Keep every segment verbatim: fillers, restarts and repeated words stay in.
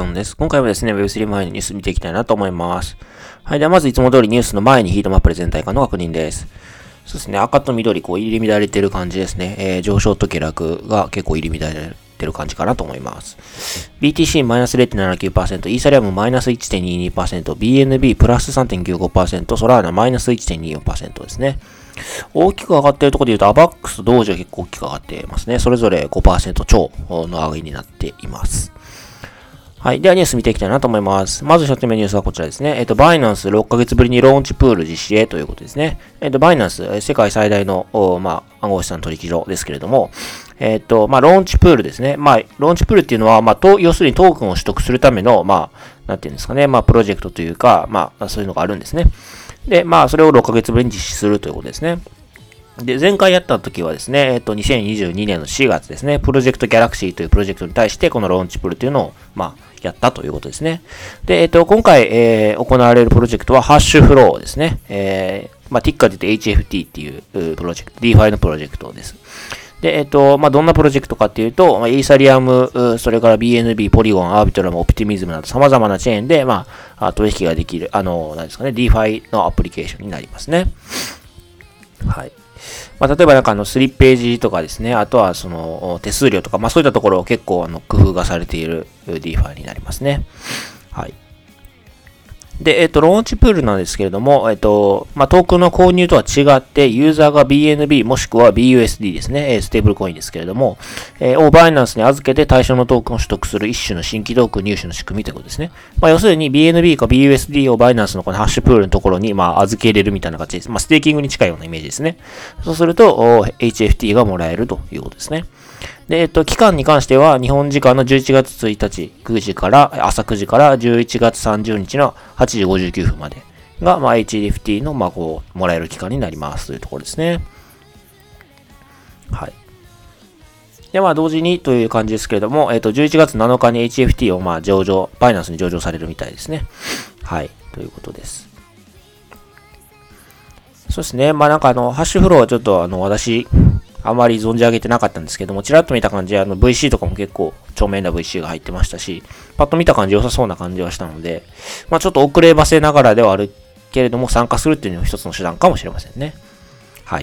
ドンです。今回はですね、ウェブスリー 前のニュース見ていきたいなと思います。はい。ではまずいつも通りニュースの前にヒートマップで全体感の確認です。そうですね、赤と緑、こう入り乱れてる感じですね。えー、上昇と下落が結構入り乱れてる感じかなと思います。ビーティーシー マイナス れいてんななきゅうパーセント、イーサリアムマイナス いちてんにじゅうにパーセント、ビーエヌビー プラス さんてんきゅうごパーセント、ソラーナマイナス いちてんにじゅうよんパーセント ですね。大きく上がっているところで言うと、アバックスと同時は結構大きく上がっていますね。それぞれ ごパーセント 超の上がりになっています。はい。ではニュース見ていきたいなと思います。まず一つ目のニュースはこちらですね。えっと、バイナンスろっかげつぶりにローンチプール実施へということですね。えっと、バイナンス、世界最大の、まあ、暗号資産取引所ですけれども、えっと、まあ、ローンチプールですね。まあ、ローンチプールっていうのは、まあ、と、要するにトークンを取得するための、まあ、なんていうんですかね。まあ、プロジェクトというか、まあ、そういうのがあるんですね。で、まあ、それをろっかげつぶりに実施するということですね。で、前回やった時はですね、えっと、にせんにじゅうにねんのしがつですね、プロジェクトギャラクシーというプロジェクトに対して、このローンチプールというのを、まあ、やったということですね。で、えっと、今回、えー、行われるプロジェクトは、ハッシュフローですね。えー、まあ、ティッカーで言うと エイチエフティー っていうプロジェクト、DeFi のプロジェクトです。で、えっと、まあ、どんなプロジェクトかっていうと、まあ、イーサリアム、それから ビーエヌビー、ポリゴン、アービトラム、オプティミズムなど様々なチェーンで、まあ、取引ができる、あの、何ですかね、DeFi のアプリケーションになりますね。はい。まあ、例えばなんかあのスリッページとかですね、あとはその手数料とか、まあそういったところを結構あの工夫がされている DeFi になりますね。はい。で、えっと、ローンチプールなんですけれども、えっと、まあ、トークンの購入とは違って、ユーザーが ビーエヌビー もしくは ビーユーエスディー ですね、ステーブルコインですけれども、えー、をバイナンスに預けて対象のトークンを取得する一種の新規トークン入手の仕組みということですね。まあ、要するに ビーエヌビー か ビーユーエスディー をバイナンスのこのハッシュプールのところに、まあ、預け入れるみたいな形です。まあ、ステーキングに近いようなイメージですね。そうすると、エイチエフティー がもらえるということですね。で、えっと、期間に関しては、日本時間のじゅういちがつついたち、くじから、朝くじからじゅういちがつさんじゅうにちのはちじごじゅうきゅうふんまでが、まあ、エイチエフティー の、まあ、こう、もらえる期間になりますというところですね。はい。で、まあ、同時にという感じですけれども、えっと、じゅういちがつなのかに エイチエフティー を、まあ、上場、バイナンスに上場されるみたいですね。はい。ということです。そうですね。まあ、なんかあの、ハッシュフローはちょっと、あの、私、あまり存じ上げてなかったんですけども、ちらっと見た感じ、あの ブイシー とかも結構著名な ブイシー が入ってましたし、パッと見た感じ良さそうな感じはしたので、まあちょっと遅ればせながらではあるけれども、参加するっていうのも一つの手段かもしれませんね。はい。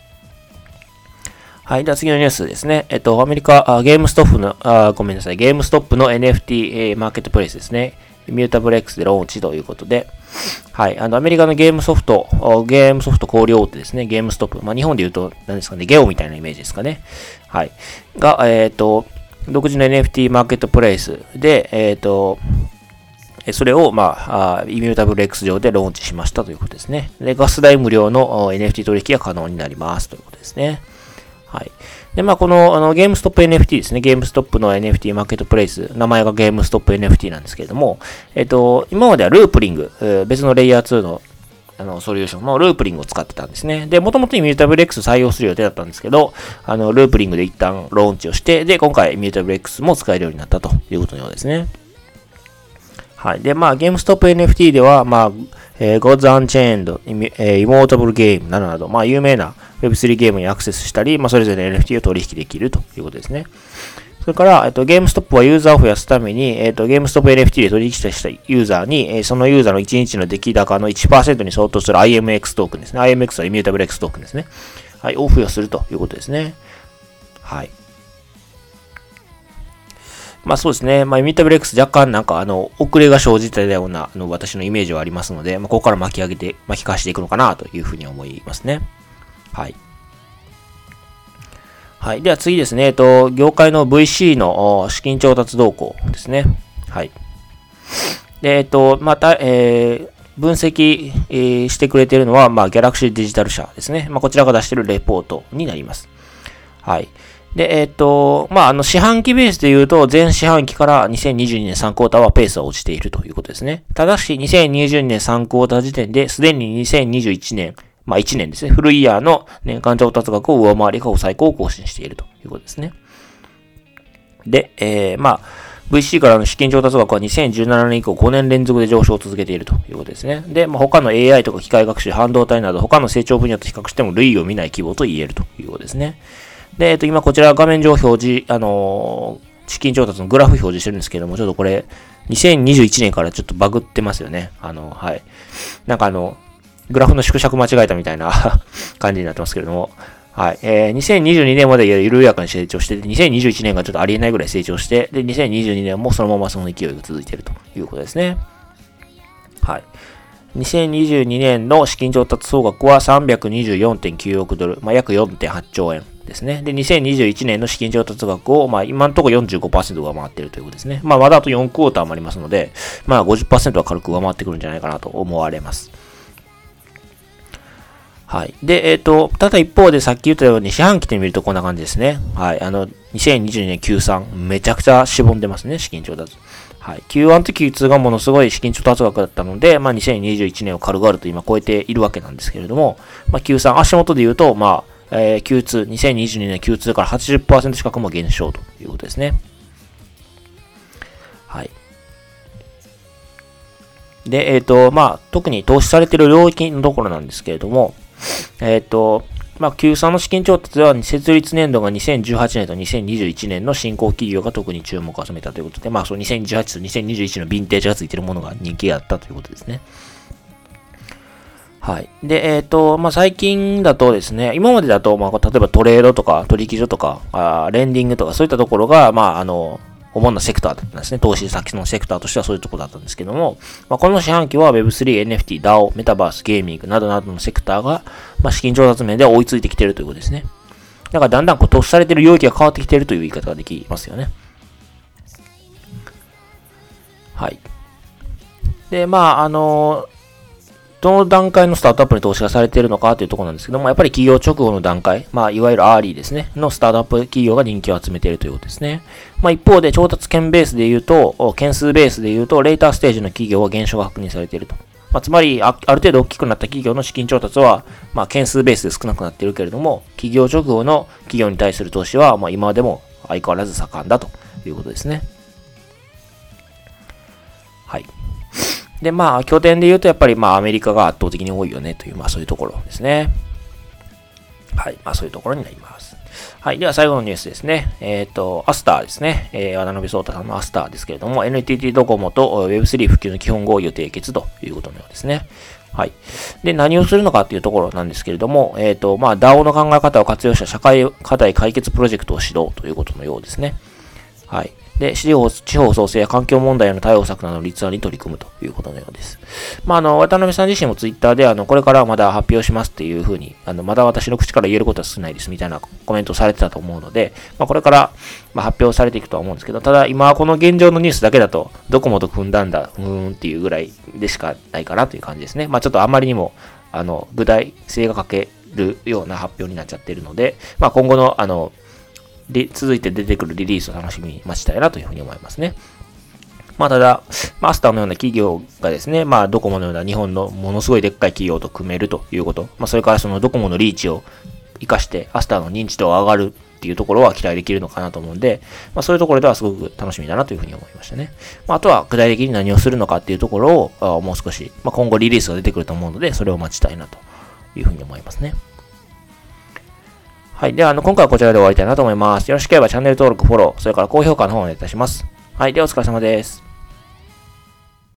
はい。では次のニュースですね。えっと、アメリカ、あゲームストップの、あごめんなさい、ゲームストップの エヌエフティー、えー、マーケットプレイスですね。ミュータブル X でローンチということで、はい。あの、アメリカのゲームソフト、ゲームソフト小売大手ですね。ゲームストップ。まあ、日本で言うと、何ですかね、ゲオみたいなイメージですかね。はい。が、えっと、独自の エヌエフティー マーケットプレイスで、えっと、それを、まあ、イミュータブル X 上でローンチしましたということですね。で、ガス代無料の エヌエフティー 取引が可能になりますということですね。はい。で、まあ、この、あの、ゲームストップ エヌエフティー ですね。ゲームストップの エヌエフティー マーケットプレイス。名前がゲームストップ エヌエフティー なんですけれども、えっと、今まではループリング、えー、別のレイヤーツーの、あの、ソリューションのループリングを使ってたんですね。で、もともとイミュータブル X 採用する予定だったんですけど、あの、ループリングで一旦ローンチをして、で、今回イミュータブル X も使えるようになったということのようですね。はい。で、まあ、ゲームストップ エヌエフティー では、まあ、えー、Gods Unchained、えー、Immortable Game などなど、まあ、有名な ウェブスリー ゲームにアクセスしたり、まあ、それぞれ エヌエフティー を取引できるということですね。それから、えっと、ゲームストップはユーザーを増やすために、えっと、ゲームストップ エヌエフティー で取引したユーザーに、えー、そのユーザーのいちにちの出来高の いちパーセント に相当する アイエムエックス トークンですね。アイエムエックス は Immutable X トークンですね。はい、を付与するということですね。はい。まあそうですね。まあ、Immutable X 若干なんかあの、遅れが生じたような、あの、私のイメージはありますので、まあ、ここから巻き上げて、巻き返していくのかなというふうに思いますね。はい。はい。では次ですね。えっと、業界の ブイシー の資金調達動向ですね。はい。で、えっと、また、えー、分析、えー、してくれているのは、まあ、ギャラクシーデジタル社ですね。まあ、こちらが出しているレポートになります。はい。で、えっと、まあ、あの、四半期ベースで言うと、前四半期からにせんにじゅうにねんさんクォーターはペースは落ちているということですね。ただし、にせんにじゅうにねんさんクォーター時点で、すでににせんにじゅういちねん、まあいちねんですね。フルイヤーの年間調達額を上回り過去最高を更新しているということですね。で、えー、まあ、ブイシー からの資金調達額はにせんじゅうななねん以降ごねん連続で上昇を続けているということですね。で、まあ、他の エーアイ とか機械学習、半導体など他の成長分野と比較しても類を見ない規模と言えるということですね。で、えっと、今こちら画面上表示、あのー、資金調達のグラフ表示してるんですけども、ちょっとこれ、 にせんにじゅういちねんからちょっとバグってますよね。あの、はい。なんかあの、グラフの縮尺間違えたみたいな感じになってますけれども、はい。えー、にせんにじゅうにねんまで緩やかに成長して、にせんにじゅういちねんがちょっとありえないぐらい成長して、で、にせんにじゅうにねんもそのままその勢いが続いているということですね。はい。にせんにじゅうにねんの資金調達総額は さんびゃくにじゅうよんてんきゅうおくドル、まあ、約 よんてんはちちょうえんですね。で、にせんにじゅういちねんの資金調達額を、まあ、今のところ よんじゅうごパーセント 上回っているということですね。まあ、まだあとよんクォーターもありますので、まあ、ごじゅっパーセント は軽く上回ってくるんじゃないかなと思われます。はい。で、えっ、ー、と、ただ一方でさっき言ったように四半期で見るとこんな感じですね。はい。あの、にせんにじゅうにねん キュースリー、めちゃくちゃしぼんでますね、資金調達。はい。キューワン と キューツー がものすごい資金調達額だったので、まあ、にせんにじゅういちねんを軽々と今超えているわけなんですけれども、まあ、キュースリー、足元で言うと、まあ、えー、キューツー、にせんにじゅうにねん キューツー から はちじゅっパーセント 近くも減少ということですね。はい。で、えっ、ー、と、まあ、特に投資されている領域のところなんですけれども、えっ、ー、と、まあ、キュースリー の資金調達では、設立年度がにせんじゅうはちねんとにせんにじゅういちねんの新興企業が特に注目を集めたということで、まあ、そのにせんじゅうはちとにせんにじゅういちのヴィンテージがついているものが人気があったということですね。はい。で、えっ、ー、と、まあ、最近だとですね、今までだと、まあ、例えばトレードとか取引所とか、あレンディングとかそういったところが、まあ、あの、主なセクターだったんですね。投資先のセクターとしてはそういうところだったんですけども、まあ、この四半期は ウェブスリー、エヌエフティー、ダオ、メタバース、ゲーミングなどなどのセクターが、まあ、資金調達面で追いついてきているということですね。だからだんだんこう投資されている領域が変わってきているという言い方ができますよね。はい。で、まあ、あのー、どの段階のスタートアップに投資がされているのかというところなんですけども、やっぱり企業直後の段階、まあ、いわゆるアーリーですね、のスタートアップ企業が人気を集めているということですね。まあ、一方で、調達件ベースで言うと、件数ベースで言うと、レーターステージの企業は減少が確認されていると。まあ、つまりあ、ある程度大きくなった企業の資金調達は、まあ、件数ベースで少なくなっているけれども、企業直後の企業に対する投資は、まあ、今でも相変わらず盛んだということですね。はい。で、まあ、拠点で言うと、やっぱり、まあ、アメリカが圧倒的に多いよね、という、まあ、そういうところですね。はい。まあ、そういうところになります。はい。では、最後のニュースですね。えっ、ー、と、アスターですね。えー、渡辺聡太さんのアスターですけれども、エヌティーティー ドコモと ウェブスリー 普及の基本合意を締結ということのようですね。はい。で、何をするのかっていうところなんですけれども、えっ、ー、と、まあ、ダオ の考え方を活用した社会課題解決プロジェクトを指導ということのようですね。はい。で、地方、地方創生や環境問題への対応策などの立案に取り組むということのようです。まあ、あの、渡辺さん自身もツイッターで、あの、これからはまだ発表しますっていうふうに、あの、まだ私の口から言えることは少ないですみたいなコメントをされてたと思うので、まあ、これから、まあ、発表されていくとは思うんですけど、ただ、今はこの現状のニュースだけだと、ドコモと組んだんだ、うーんっていうぐらいでしかないかなという感じですね。まあ、ちょっとあまりにも、あの、具体性が欠けるような発表になっちゃっているので、まあ、今後の、あの、続いて出てくるリリースを楽しみに待ちたいなというふうに思いますね。まあただ、マスターのような企業がですね、まあドコモのような日本のものすごいでっかい企業と組めるということ、まあそれからそのドコモのリーチを活かしてアスターの認知度が上がるっていうところは期待できるのかなと思うんで、まあそういうところではすごく楽しみだなというふうに思いましたね。まああとは具体的に何をするのかっていうところをもう少し、まあ今後リリースが出てくると思うので、それを待ちたいなというふうに思いますね。はい。では、あの、今回はこちらで終わりたいなと思います。よろしければチャンネル登録、フォロー、それから高評価の方をお願いいたします。はい。では、お疲れ様です。